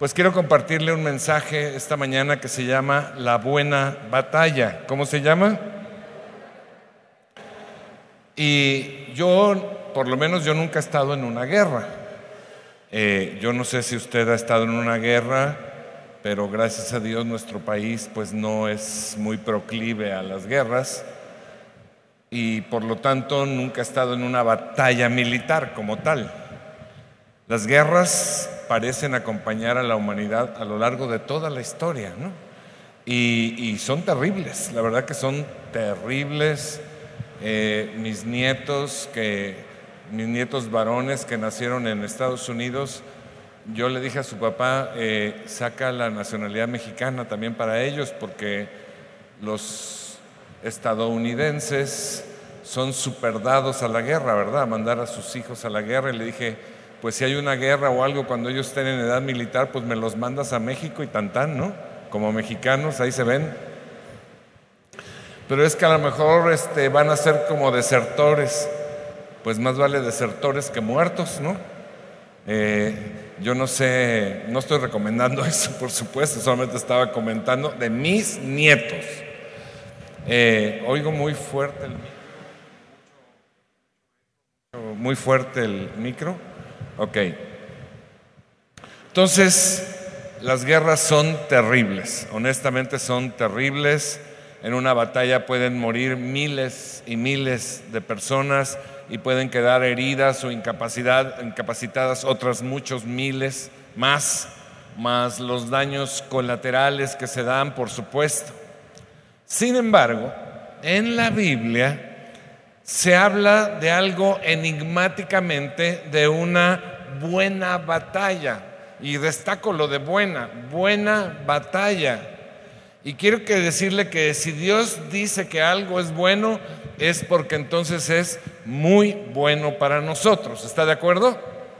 Pues quiero compartirle un mensaje esta mañana que se llama La Buena Batalla. ¿Cómo se llama? Y yo, por lo menos yo nunca he estado en una guerra. Yo no sé si usted ha estado en una guerra, pero gracias a Dios nuestro país pues no es muy proclive a las guerras y por lo tanto nunca ha estado en una batalla militar como tal. Las guerras parecen acompañar a la humanidad a lo largo de toda la historia, ¿no? Y son terribles, la verdad que son terribles. Mis nietos varones que nacieron en Estados Unidos, yo le dije a su papá, saca la nacionalidad mexicana también para ellos, porque los estadounidenses son súper dados a la guerra, ¿verdad? A mandar a sus hijos a la guerra. Y le dije, pues si hay una guerra o algo cuando ellos estén en edad militar, pues me los mandas a México y tantán, ¿no? Como mexicanos, ahí se ven. Pero es que a lo mejor van a ser como desertores. Pues más vale desertores que muertos, ¿no? Yo no sé, no estoy recomendando eso, por supuesto, solamente estaba comentando de mis nietos. Oigo muy fuerte el micro. Ok. Entonces, las guerras son terribles, honestamente son terribles. En una batalla pueden morir miles y miles de personas y pueden quedar heridas o incapacitadas otras muchos miles más los daños colaterales que se dan, por supuesto. Sin embargo, en la Biblia se habla de algo enigmáticamente de una buena batalla, y destaco lo de buena batalla. Y quiero decirle que si Dios dice que algo es bueno, es porque entonces es muy bueno para nosotros. ¿Está de acuerdo?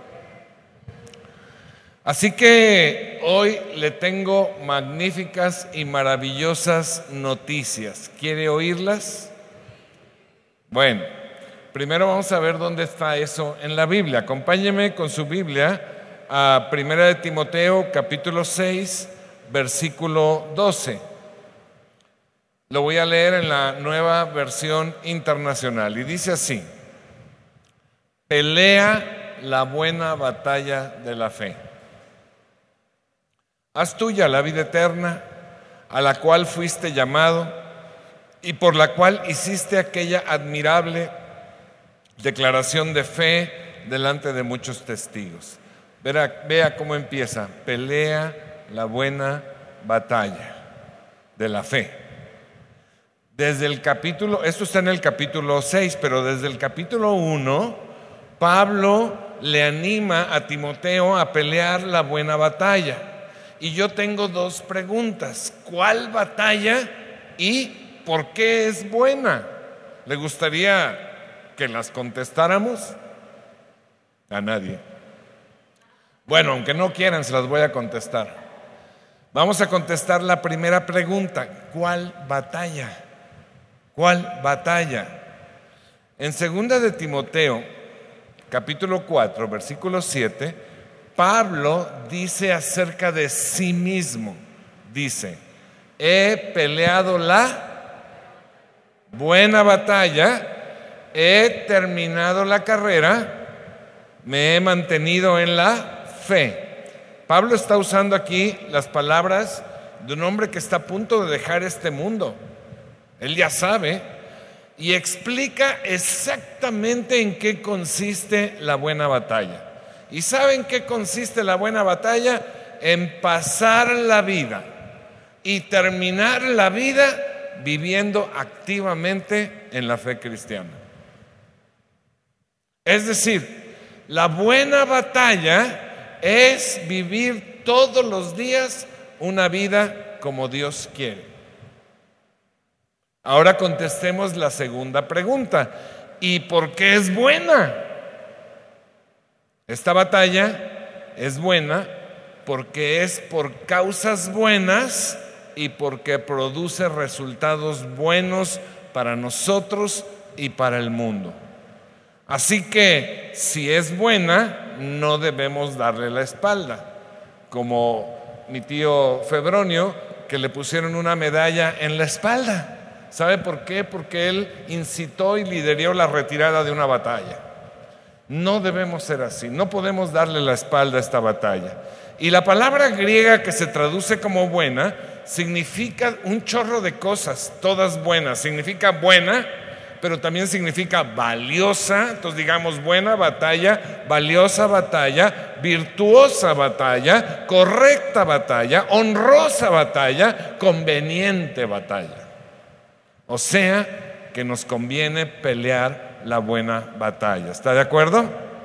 Así que hoy le tengo magníficas y maravillosas noticias. ¿Quiere oírlas? Bueno, primero vamos a ver dónde está eso en la Biblia. Acompáñeme con su Biblia a 1 de Timoteo, capítulo 6, versículo 12. Lo voy a leer en la Nueva Versión Internacional y dice así: pelea la buena batalla de la fe. Haz tuya la vida eterna, a la cual fuiste llamado y por la cual hiciste aquella admirable declaración de fe delante de muchos testigos. Vea cómo empieza: pelea la buena batalla de la fe. Desde el capítulo, esto está en el capítulo 6, pero desde el capítulo 1, Pablo le anima a Timoteo a pelear la buena batalla. Y yo tengo dos preguntas: ¿cuál batalla y por qué es buena? ¿Le gustaría que las contestáramos? A nadie. Bueno, aunque no quieran, se las voy a contestar. Vamos a contestar la primera pregunta: ¿cuál batalla? ¿Cuál batalla? En 2 de Timoteo, capítulo 4, versículo 7, Pablo dice acerca de sí mismo, dice: he peleado la buena batalla, he terminado la carrera, me he mantenido en la fe. Pablo está usando aquí las palabras de un hombre que está a punto de dejar este mundo. Él ya sabe y explica exactamente en qué consiste la buena batalla. ¿Y saben qué consiste la buena batalla? En pasar la vida y terminar la vida viviendo activamente en la fe cristiana. Es decir, la buena batalla es vivir todos los días una vida como Dios quiere. Ahora contestemos la segunda pregunta: ¿y por qué es buena? Esta batalla es buena porque es por causas buenas y porque produce resultados buenos para nosotros y para el mundo. Así que si es buena, no debemos darle la espalda. como mi tío Febronio, que le pusieron una medalla en la espalda. ¿Sabe por qué? Porque él incitó y lideró la retirada de una batalla. No debemos ser así, no podemos darle la espalda a esta batalla. Y la palabra griega que se traduce como buena significa un chorro de cosas, todas buenas. Significa buena, pero también significa valiosa. Entonces digamos buena batalla, valiosa batalla, virtuosa batalla, correcta batalla, honrosa batalla, conveniente batalla. O sea que nos conviene pelear la buena batalla. ¿Está de acuerdo?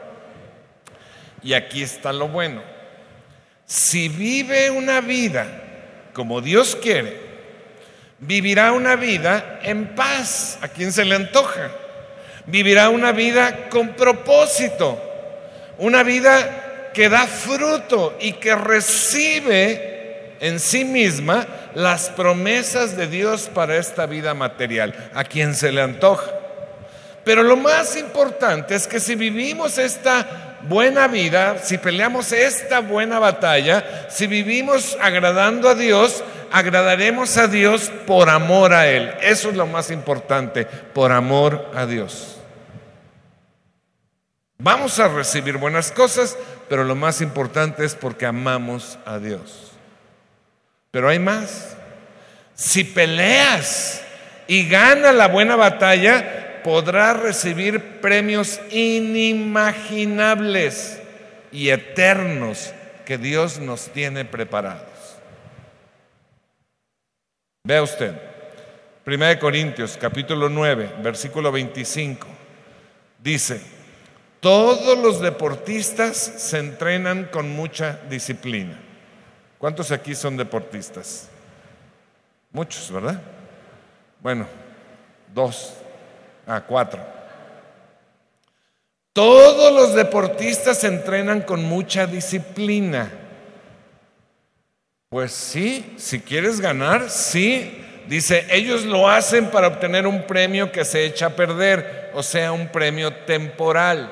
Y aquí está lo bueno. Si vive una vida como Dios quiere, vivirá una vida en paz. ¿A quién se le antoja? Vivirá una vida con propósito, una vida que da fruto y que recibe en sí misma las promesas de Dios para esta vida material. ¿A quién se le antoja? Pero lo más importante es que si vivimos esta buena vida, si peleamos esta buena batalla, si vivimos agradando a Dios, agradaremos a Dios por amor a Él. Eso es lo más importante, por amor a Dios. Vamos a recibir buenas cosas, pero lo más importante es porque amamos a Dios. Pero hay más. Si peleas y ganas la buena batalla, podrás recibir premios inimaginables y eternos que Dios nos tiene preparados. Vea usted, 1 Corintios capítulo 9, versículo 25, dice: todos los deportistas se entrenan con mucha disciplina. ¿Cuántos aquí son deportistas? Muchos, ¿verdad? Bueno, 4. Todos los deportistas se entrenan con mucha disciplina. Pues sí, si quieres ganar, sí. Dice, ellos lo hacen para obtener un premio que se echa a perder, o sea, un premio temporal.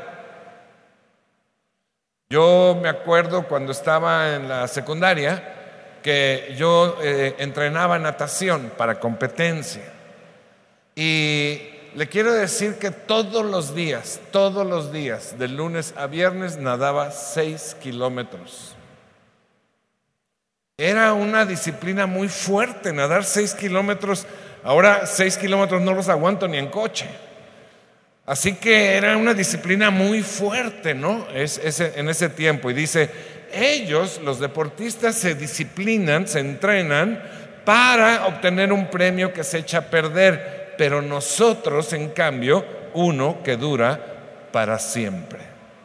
Yo me acuerdo cuando estaba en la secundaria que yo entrenaba natación para competencia. Y le quiero decir que todos los días, de lunes a viernes, nadaba 6 kilómetros. Era una disciplina muy fuerte, nadar 6 kilómetros. Ahora 6 kilómetros no los aguanto ni en coche. Así que era una disciplina muy fuerte, ¿no? En ese tiempo. Y dice, ellos, los deportistas, se disciplinan, se entrenan para obtener un premio que se echa a perder. Pero nosotros, en cambio, uno que dura para siempre.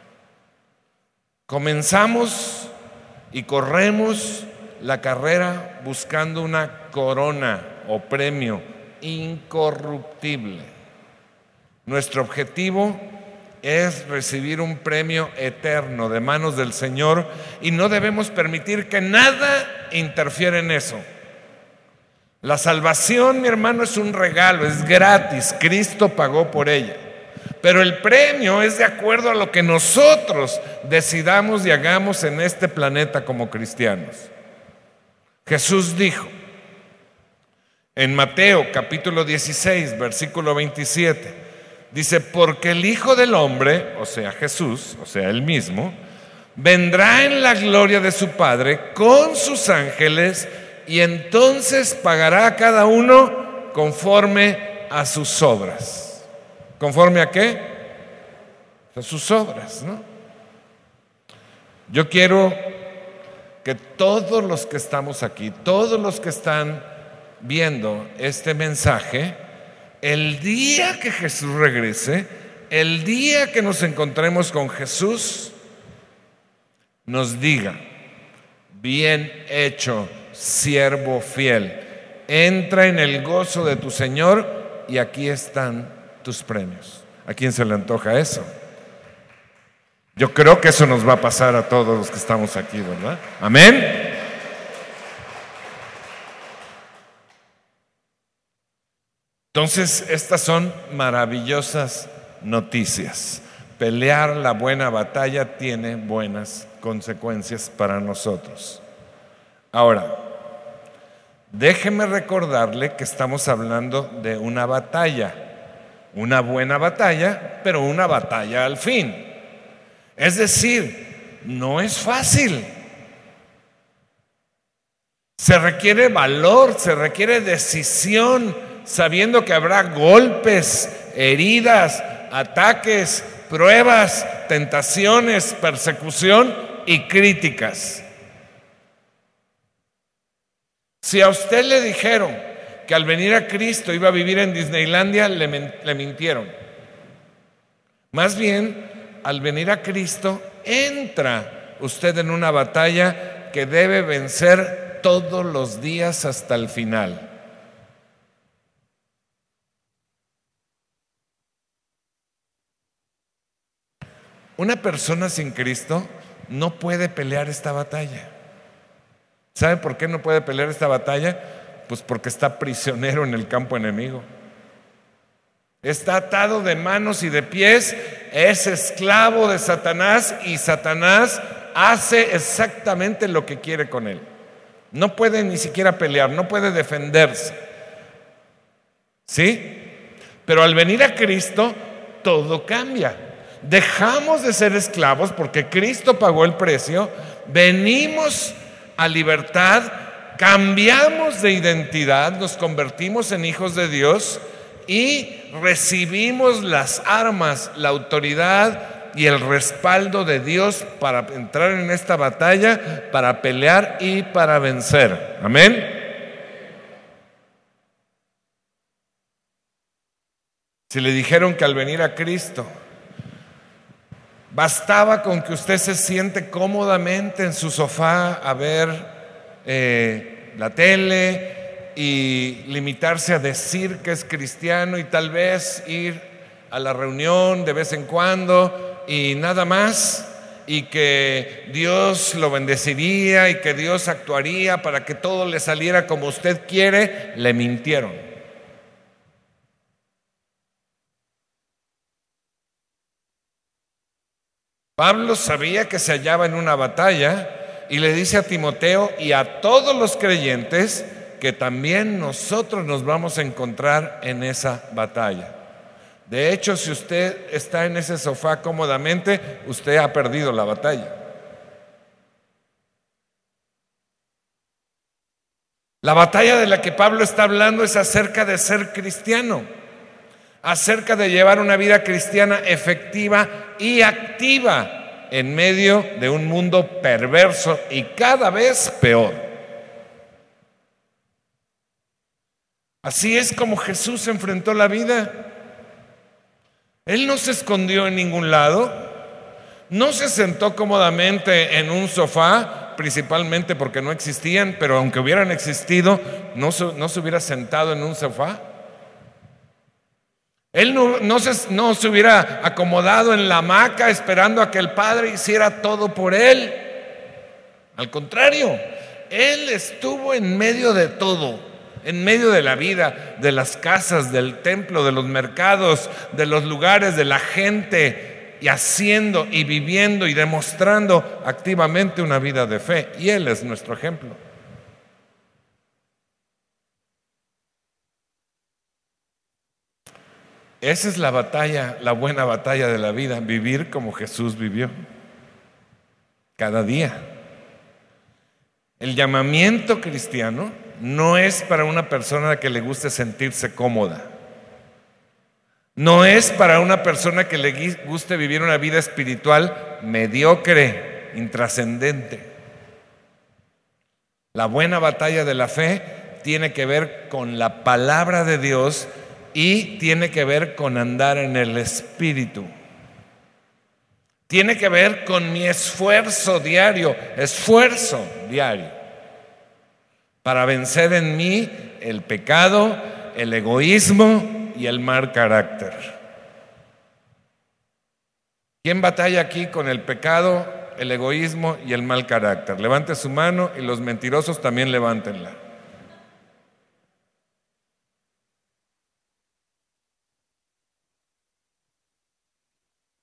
Comenzamos y corremos la carrera buscando una corona o premio incorruptible. Nuestro objetivo es recibir un premio eterno de manos del Señor y no debemos permitir que nada interfiera en eso. La salvación, mi hermano, es un regalo, es gratis. Cristo pagó por ella. Pero el premio es de acuerdo a lo que nosotros decidamos y hagamos en este planeta como cristianos. Jesús dijo en Mateo capítulo 16, versículo 27, dice, porque el Hijo del Hombre, o sea Jesús, o sea Él mismo, vendrá en la gloria de su Padre con sus ángeles y entonces pagará a cada uno conforme a sus obras. ¿Conforme a qué? A sus obras, ¿no? Yo quiero que todos los que estamos aquí, todos los que están viendo este mensaje, el día que Jesús regrese, el día que nos encontremos con Jesús, nos diga, bien hecho, siervo fiel, entra en el gozo de tu Señor y aquí están tus premios. ¿A quién se le antoja eso? Yo creo que eso nos va a pasar a todos los que estamos aquí, ¿verdad? Amén. Entonces, estas son maravillosas noticias. Pelear la buena batalla tiene buenas consecuencias para nosotros. Ahora, déjeme recordarle que estamos hablando de una batalla, una buena batalla, pero una batalla al fin. Es decir, no es fácil. Se requiere valor, se requiere decisión, sabiendo que habrá golpes, heridas, ataques, pruebas, tentaciones, persecución y críticas. Si a usted le dijeron que al venir a Cristo iba a vivir en Disneylandia, le mintieron. Más bien, al venir a Cristo, entra usted en una batalla que debe vencer todos los días hasta el final. Una persona sin Cristo no puede pelear esta batalla. ¿Sabe por qué no puede pelear esta batalla? Pues porque está prisionero en el campo enemigo. Está atado de manos y de pies, es esclavo de Satanás y Satanás hace exactamente lo que quiere con él. No puede ni siquiera pelear, no puede defenderse. ¿Sí? Pero al venir a Cristo, todo cambia. Dejamos de ser esclavos porque Cristo pagó el precio, venimos a libertad, cambiamos de identidad, nos convertimos en hijos de Dios y recibimos las armas, la autoridad y el respaldo de Dios para entrar en esta batalla, para pelear y para vencer. Amén. Si le dijeron que al venir a Cristo bastaba con que usted se siente cómodamente en su sofá a ver la tele y limitarse a decir que es cristiano y tal vez ir a la reunión de vez en cuando y nada más, y que Dios lo bendeciría y que Dios actuaría para que todo le saliera como usted quiere, le mintieron. Pablo sabía que se hallaba en una batalla y le dice a Timoteo y a todos los creyentes que también nosotros nos vamos a encontrar en esa batalla. De hecho, si usted está en ese sofá cómodamente, usted ha perdido la batalla. La batalla de la que Pablo está hablando es acerca de ser cristiano, acerca de llevar una vida cristiana efectiva y activa en medio de un mundo perverso y cada vez peor. Así es como Jesús enfrentó la vida. Él no se escondió en ningún lado, no se sentó cómodamente en un sofá, principalmente porque no existían, pero aunque hubieran existido, no se hubiera sentado en un sofá. Él no se hubiera acomodado en la hamaca esperando a que el Padre hiciera todo por él. Al contrario, él estuvo en medio de todo, en medio de la vida, de las casas, del templo, de los mercados, de los lugares, de la gente, y haciendo y viviendo y demostrando activamente una vida de fe. Y él es nuestro ejemplo. Esa es la batalla, la buena batalla de la vida, vivir como Jesús vivió, cada día. El llamamiento cristiano no es para una persona que le guste sentirse cómoda. No es para una persona que le guste vivir una vida espiritual mediocre, intrascendente. La buena batalla de la fe tiene que ver con la palabra de Dios y tiene que ver con andar en el Espíritu. Tiene que ver con mi esfuerzo diario para vencer en mí el pecado, el egoísmo y el mal carácter. ¿Quién batalla aquí con el pecado, el egoísmo y el mal carácter? Levante su mano y los mentirosos también levántenla.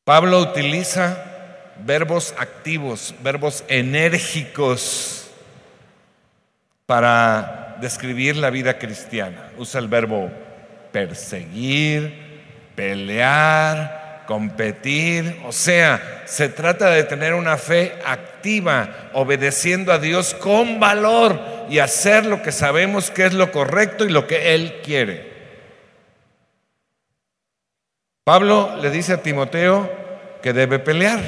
Pablo utiliza verbos activos, verbos enérgicos para describir la vida cristiana. Usa el verbo perseguir, pelear, competir. O sea, se trata de tener una fe activa, obedeciendo a Dios con valor y hacer lo que sabemos que es lo correcto y lo que Él quiere. Pablo le dice a Timoteo que debe pelear.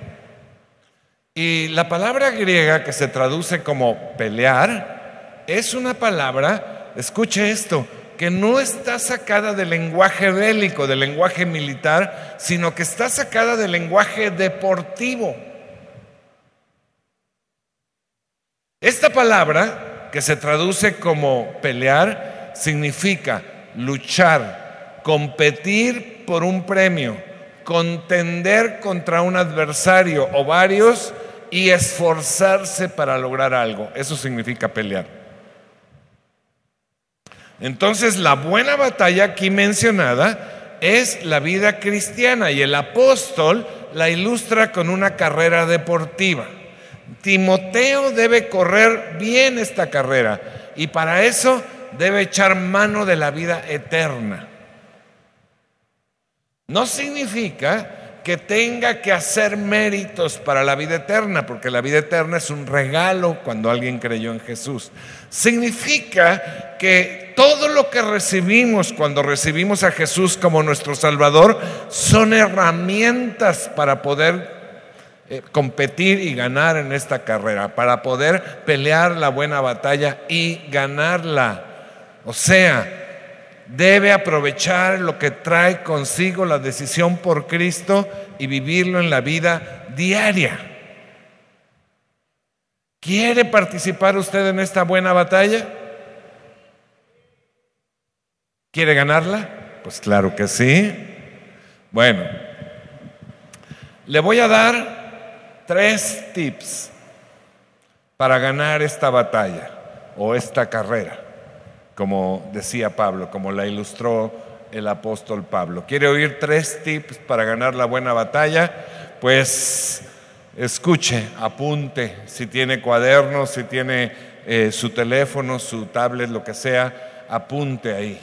Y la palabra griega que se traduce como pelear es una palabra, escuche esto, que no está sacada del lenguaje bélico, del lenguaje militar, sino que está sacada del lenguaje deportivo. Esta palabra, que se traduce como pelear, significa luchar, competir por un premio, contender contra un adversario o varios y esforzarse para lograr algo. Eso significa pelear. Entonces, la buena batalla aquí mencionada es la vida cristiana y el apóstol la ilustra con una carrera deportiva. Timoteo debe correr bien esta carrera y para eso debe echar mano de la vida eterna. No significa que tenga que hacer méritos para la vida eterna, porque la vida eterna es un regalo cuando alguien creyó en Jesús. Significa que todo lo que recibimos cuando recibimos a Jesús como nuestro Salvador son herramientas para poder competir y ganar en esta carrera, para poder pelear la buena batalla y ganarla. O sea, debe aprovechar lo que trae consigo la decisión por Cristo y vivirlo en la vida diaria. ¿Quiere participar usted en esta buena batalla? ¿Quiere ganarla? Pues claro que sí. Bueno, le voy a dar 3 tips para ganar esta batalla o esta carrera, como decía Pablo, como la ilustró el apóstol Pablo. ¿Quiere oír 3 tips para ganar la buena batalla? Pues escuche, apunte, si tiene cuadernos, si tiene su teléfono, su tablet, lo que sea, apunte ahí.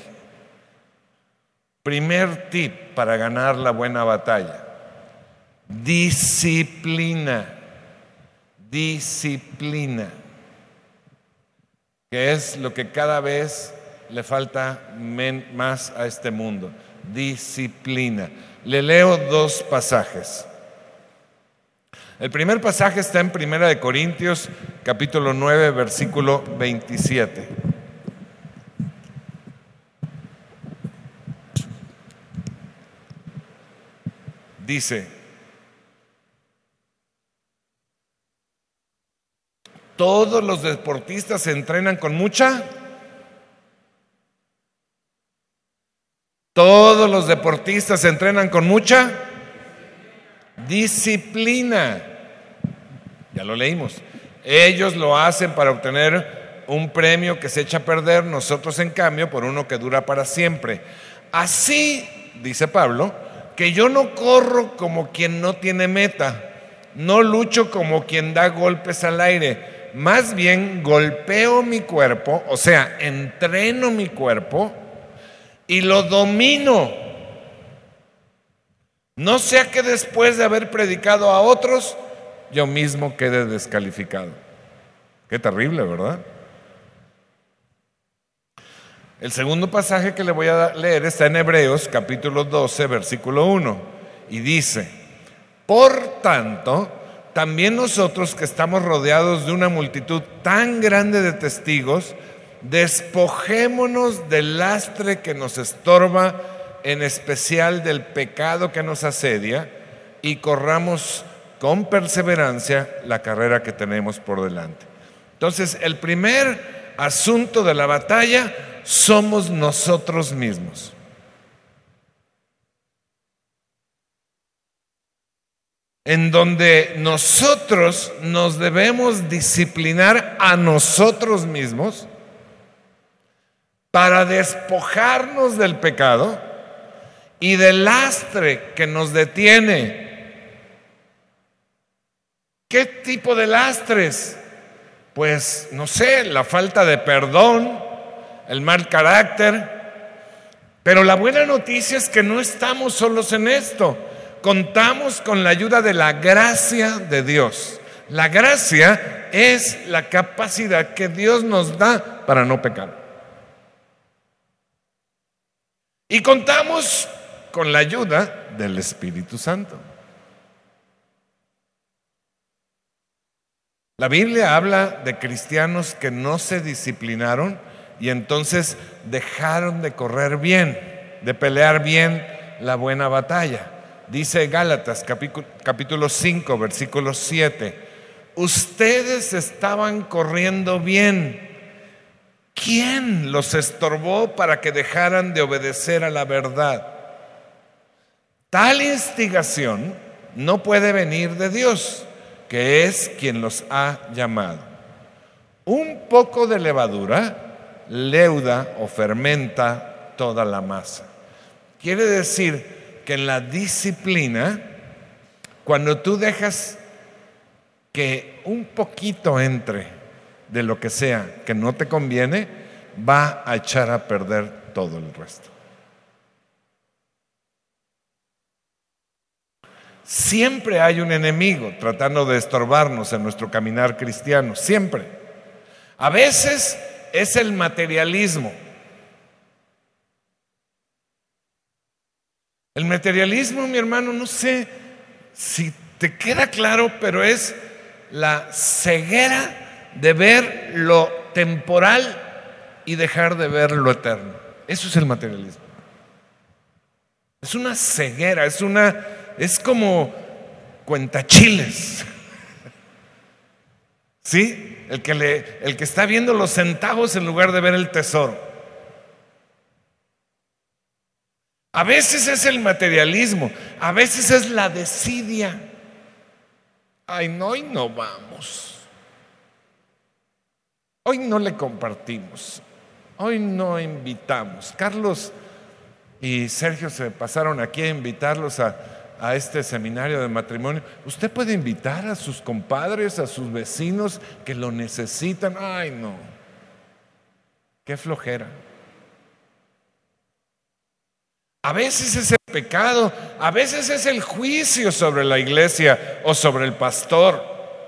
Primer tip para ganar la buena batalla: disciplina. Disciplina, que es lo que cada vez le falta más a este mundo. Disciplina. Le leo 2 pasajes. El primer pasaje está en 1 Corintios capítulo 9, versículo 27. Dice: todos los deportistas se entrenan con mucha. Todos los deportistas se entrenan con mucha disciplina. Ya lo leímos. Ellos lo hacen para obtener un premio que se echa a perder, nosotros en cambio por uno que dura para siempre. Así, dice Pablo, que yo no corro como quien no tiene meta, no lucho como quien da golpes al aire, más bien golpeo mi cuerpo, o sea, entreno mi cuerpo y lo domino. No sea que después de haber predicado a otros, yo mismo quede descalificado. Qué terrible, ¿verdad? El segundo pasaje que le voy a leer está en Hebreos capítulo 12, versículo 1, y dice: por tanto, también nosotros que estamos rodeados de una multitud tan grande de testigos, despojémonos del lastre que nos estorba, en especial del pecado que nos asedia, y corramos con perseverancia la carrera que tenemos por delante. Entonces, el primer asunto de la batalla somos nosotros mismos. En donde nosotros nos debemos disciplinar a nosotros mismos para despojarnos del pecado y del lastre que nos detiene ¿Qué tipo de lastres? Pues, no sé, la falta de perdón, el mal carácter. Pero la buena noticia es que no estamos solos en esto. Contamos con la ayuda de la gracia de Dios. La gracia es la capacidad que Dios nos da para no pecar. Y contamos con la ayuda del Espíritu Santo. La Biblia habla de cristianos que no se disciplinaron y entonces dejaron de correr bien, de pelear bien la buena batalla. Dice Gálatas capítulo 5, versículo 7: ustedes estaban corriendo bien. ¿Quién los estorbó para que dejaran de obedecer a la verdad? Tal instigación no puede venir de Dios, que es quien los ha llamado. Un poco de levadura leuda o fermenta toda la masa. Quiere decir que en la disciplina, cuando tú dejas que un poquito entre de lo que sea que no te conviene, va a echar a perder todo el resto. Siempre hay un enemigo tratando de estorbarnos en nuestro caminar cristiano, siempre. A veces es el materialismo. El materialismo, mi hermano, no sé si te queda claro, pero es la ceguera de ver lo temporal y dejar de ver lo eterno. Eso es el materialismo. Es una ceguera, es como cuentachiles. ¿Sí? El que está viendo los centavos en lugar de ver el tesoro. A veces es el materialismo, a veces es la desidia. Ay, no, hoy no vamos. Hoy no le compartimos. Hoy no invitamos. Carlos y Sergio se pasaron aquí a invitarlos a este seminario de matrimonio. Usted puede invitar a sus compadres, a sus vecinos que lo necesitan. Ay, no. Qué flojera. A veces es el pecado, a veces es el juicio sobre la iglesia o sobre el pastor.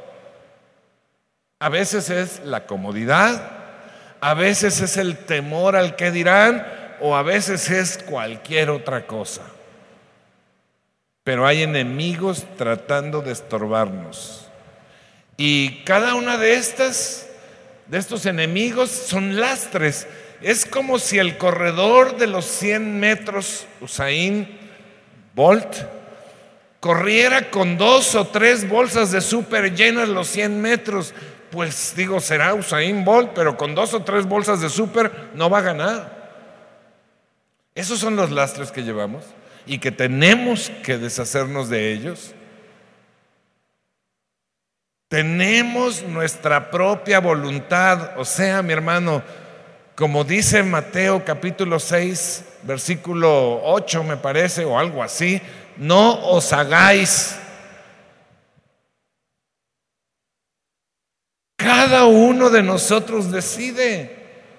A veces es la comodidad, a veces es el temor al que dirán, o a veces es cualquier otra cosa. Pero hay enemigos tratando de estorbarnos. Y cada una de estos enemigos son lastres. Es como si el corredor de los 100 metros, Usain Bolt, corriera con 2 o 3 bolsas de súper llenas los 100 metros. Pues digo, será Usain Bolt, pero con 2 o 3 bolsas de súper no va a ganar. Esos son los lastres que llevamos y que tenemos que deshacernos de ellos. Tenemos nuestra propia voluntad, o sea, mi hermano, como dice Mateo capítulo 6, versículo 8 me parece, o algo así: no os hagáis. Cada uno de nosotros decide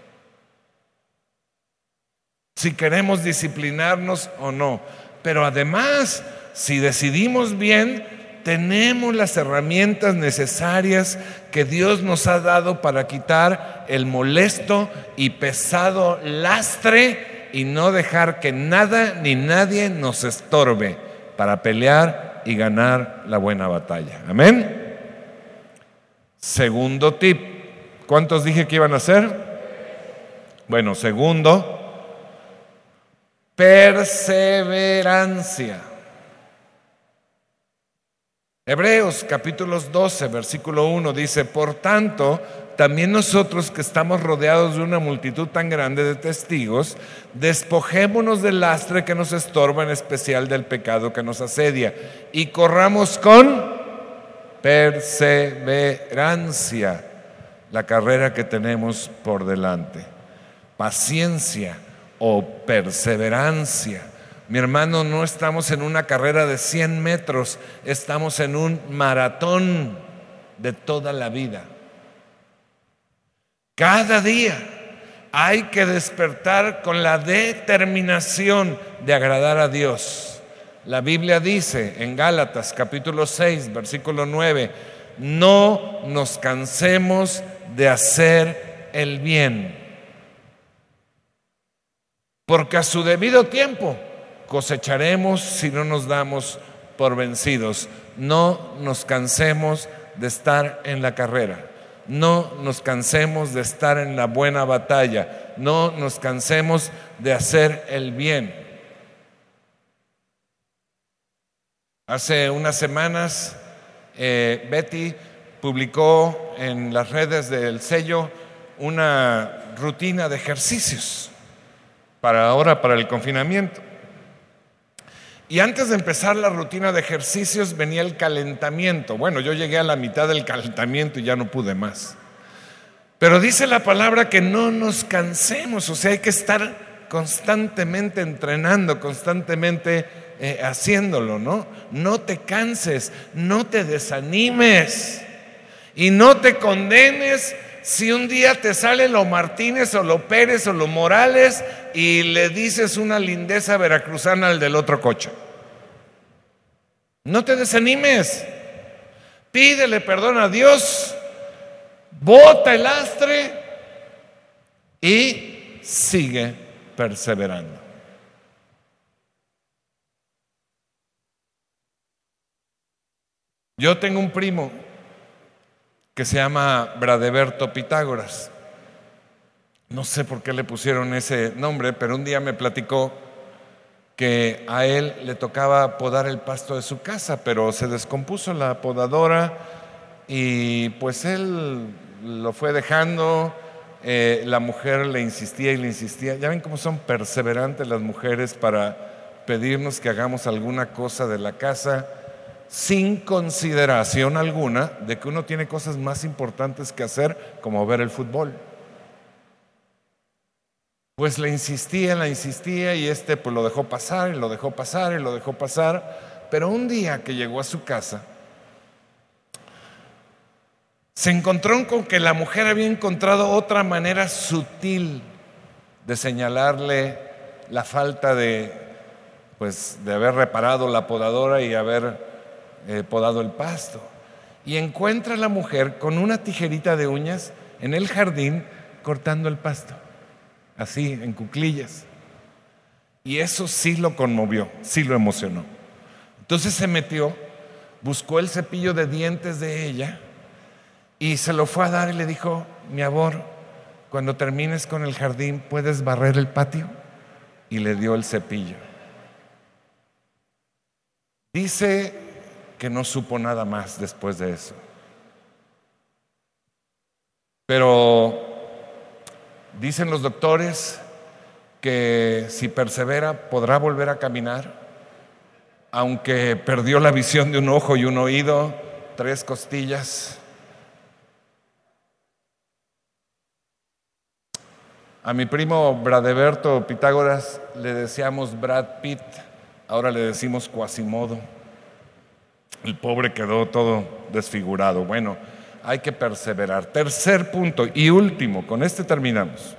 si queremos disciplinarnos o no. Pero además, si decidimos bien, tenemos las herramientas necesarias que Dios nos ha dado para quitar el molesto y pesado lastre y no dejar que nada ni nadie nos estorbe para pelear y ganar la buena batalla. Amén. Segundo tip. ¿Cuántos dije que iban a hacer? Bueno, segundo, perseverancia. Hebreos capítulo 12, versículo 1 dice: por tanto, también nosotros que estamos rodeados de una multitud tan grande de testigos, despojémonos del lastre que nos estorba, en especial del pecado que nos asedia, y corramos con perseverancia la carrera que tenemos por delante. Paciencia o perseverancia. Mi hermano, no estamos en una carrera de 100 metros, estamos en un maratón. de toda la vida. Cada día hay que despertar con la determinación de agradar a Dios. La Biblia dice en Gálatas capítulo 6, versículo 9, no nos cansemos de hacer el bien, porque a su debido tiempo cosecharemos si no nos damos por vencidos. No nos cansemos de estar en la carrera. No nos cansemos de estar en la buena batalla. No nos cansemos de hacer el bien. Hace unas semanas Betty publicó en las redes del sello una rutina de ejercicios para el confinamiento. Y antes de empezar la rutina de ejercicios venía el calentamiento. Bueno, yo llegué a la mitad del calentamiento y ya no pude más. Pero dice la palabra que no nos cansemos, o sea, hay que estar constantemente entrenando, constantemente haciéndolo, ¿no? No te canses, no te desanimes y no te condenes si un día te sale lo Martínez o lo Pérez o lo Morales y le dices una lindeza veracruzana al del otro coche. No te desanimes, pídele perdón a Dios, bota el lastre y sigue perseverando. Yo tengo un primo que se llama Bradeberto Pitágoras. No sé por qué le pusieron ese nombre, pero un día me platicó que a él le tocaba podar el pasto de su casa, pero se descompuso la podadora y pues él lo fue dejando. La mujer le insistía y le insistía. Ya ven cómo son perseverantes las mujeres para pedirnos que hagamos alguna cosa de la casa, sin consideración alguna de que uno tiene cosas más importantes que hacer, como ver el fútbol. Pues le insistía y pues lo dejó pasar y lo dejó pasar y lo dejó pasar. Pero un día que llegó a su casa, se encontró con que la mujer había encontrado otra manera sutil de señalarle la falta de haber reparado la podadora y haber podado el pasto. Y encuentra a la mujer con una tijerita de uñas en el jardín cortando el pasto, así en cuclillas. Y eso sí lo conmovió, sí lo emocionó. Entonces se metió, buscó el cepillo de dientes de ella y se lo fue a dar y le dijo: mi amor, cuando termines con el jardín, ¿puedes barrer el patio? Y le dio el cepillo. Dice que no supo nada más después de eso. Pero dicen los doctores que si persevera podrá volver a caminar, aunque perdió la visión de un ojo y un oído, 3 costillas. A mi primo Bradeberto Pitágoras le decíamos Brad Pitt, ahora le decimos Quasimodo. El pobre quedó todo desfigurado. Bueno, hay que perseverar. Tercer punto y último, con este terminamos.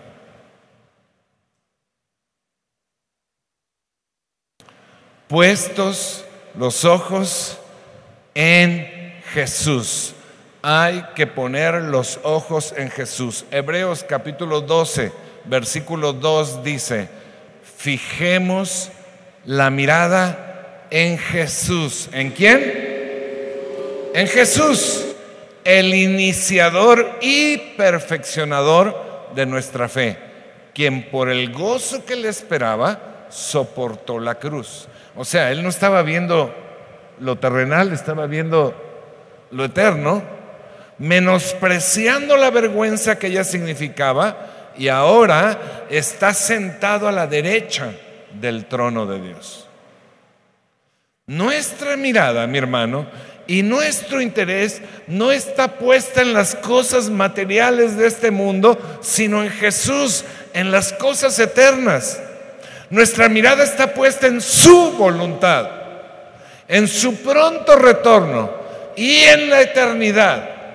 Puestos los ojos en Jesús. Hay que poner los ojos en Jesús. Hebreos capítulo 12, versículo 2 dice: fijemos la mirada en Jesús. ¿En quién? En Jesús, el iniciador y perfeccionador de nuestra fe, quien por el gozo que le esperaba soportó la cruz. O sea, él no estaba viendo lo terrenal, estaba viendo lo eterno, menospreciando la vergüenza que ella significaba, y ahora está sentado a la derecha del trono de Dios. Nuestra mirada, mi hermano, y nuestro interés no está puesta en las cosas materiales de este mundo, sino en Jesús, en las cosas eternas. Nuestra mirada está puesta en su voluntad, en su pronto retorno y en la eternidad.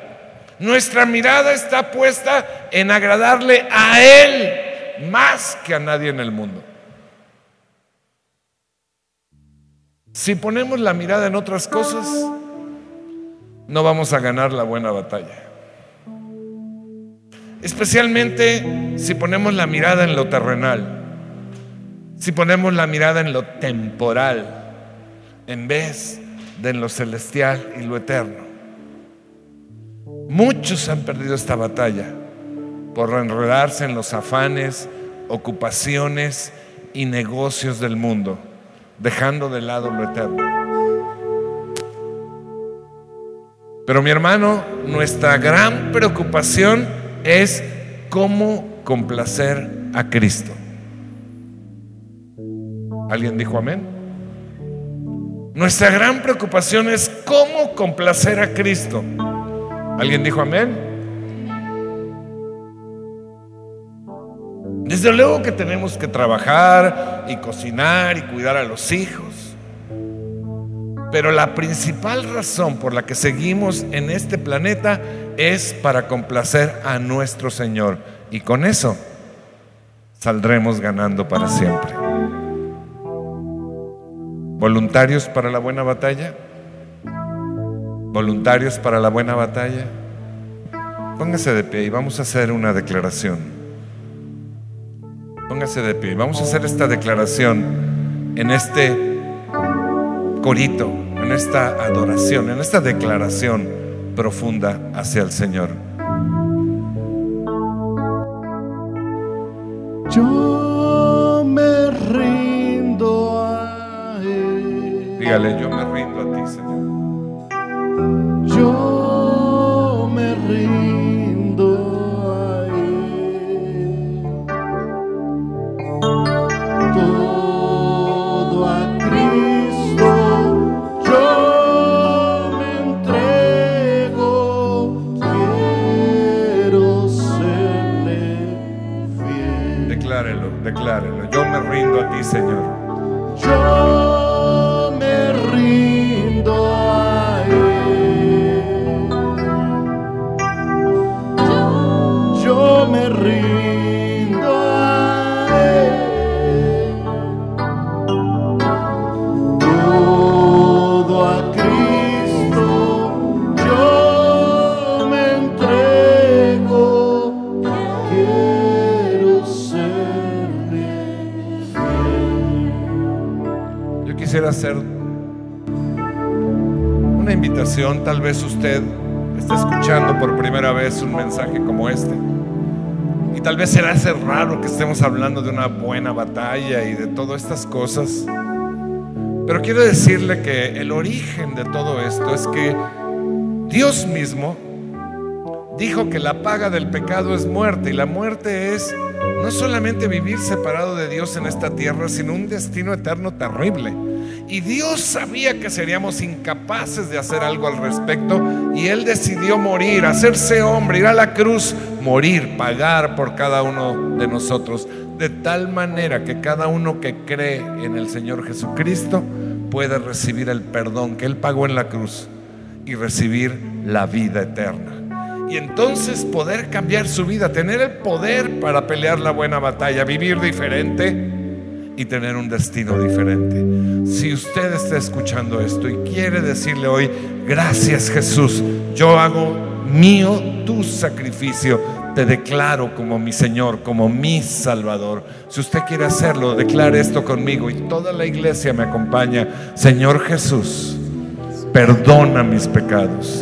Nuestra mirada está puesta en agradarle a Él más que a nadie en el mundo. Si ponemos la mirada en otras cosas, no vamos a ganar la buena batalla. Especialmente si ponemos la mirada en lo terrenal, si ponemos la mirada en lo temporal, en vez de en lo celestial y lo eterno. Muchos han perdido esta batalla por enredarse en los afanes, ocupaciones y negocios del mundo, dejando de lado lo eterno. Pero mi hermano, nuestra gran preocupación es cómo complacer a Cristo. ¿Alguien dijo amén? Nuestra gran preocupación es cómo complacer a Cristo. ¿Alguien dijo amén? Desde luego que tenemos que trabajar y cocinar y cuidar a los hijos, pero la principal razón por la que seguimos en este planeta es para complacer a nuestro Señor, y con eso saldremos ganando para siempre. ¿Voluntarios para la buena batalla? ¿Voluntarios para la buena batalla? Póngase de pie y vamos a hacer una declaración. Póngase de pie y vamos a hacer esta declaración en este corito, en esta adoración, en esta declaración profunda hacia el Señor. Yo me rindo a Él. Dígale: yo me rindo a ti, Señor. Yo me rindo a Él. Todo a Cristo yo me entrego. Quiero serle fiel. Declárelo. Yo me rindo a ti, Señor. Yo me rindo a Él. Yo me rindo a Él. Todo a Cristo yo me entrego. Quiero serle fiel. Yo quisiera hacer una invitación. Tal vez usted está escuchando por primera vez un mensaje como este, y tal vez se le hace raro que estemos hablando de una buena batalla y de todas estas cosas. Pero quiero decirle que el origen de todo esto es que Dios mismo dijo que la paga del pecado es muerte, y la muerte es no solamente vivir separado de Dios en esta tierra, sino un destino eterno terrible. Y Dios sabía que seríamos incapaces de hacer algo al respecto, y Él decidió morir, hacerse hombre, ir a la cruz, morir, pagar por cada uno de nosotros, de tal manera que cada uno que cree en el Señor Jesucristo puede recibir el perdón que Él pagó en la cruz y recibir la vida eterna. Y entonces poder cambiar su vida, tener el poder para pelear la buena batalla, vivir diferente y tener un destino diferente. Si usted está escuchando esto y quiere decirle hoy: gracias, Jesús, yo hago mío tu sacrificio, te declaro como mi Señor, como mi Salvador. Si usted quiere hacerlo, declare esto conmigo y toda la iglesia me acompaña. Señor Jesús, perdona mis pecados.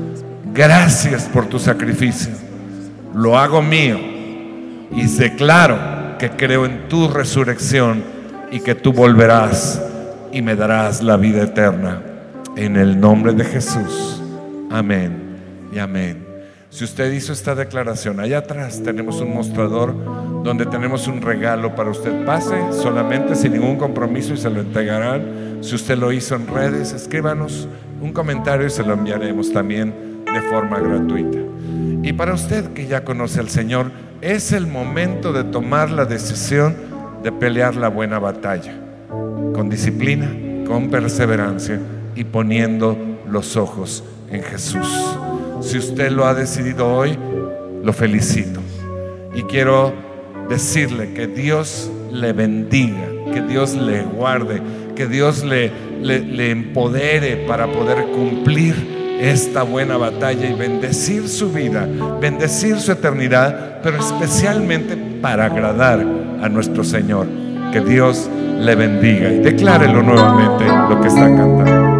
Gracias por tu sacrificio. Lo hago mío y declaro que creo en tu resurrección y que tú volverás y me darás la vida eterna. En el nombre de Jesús. Amén y amén. Si usted hizo esta declaración, allá atrás tenemos un mostrador donde tenemos un regalo para usted. Pase solamente, sin ningún compromiso, y se lo entregarán. Si usted lo hizo en redes, escríbanos un comentario y se lo enviaremos también de forma gratuita. Y para usted que ya conoce al Señor, es el momento de tomar la decisión de pelear la buena batalla con disciplina, con perseverancia y poniendo los ojos en Jesús. Si usted lo ha decidido hoy, lo felicito. Y quiero decirle que Dios le bendiga, que Dios le guarde, que Dios le empodere para poder cumplir esta buena batalla y bendecir su vida, bendecir su eternidad, pero especialmente para agradar a nuestro Señor. Que Dios le bendiga, y declárelo nuevamente lo que está cantando.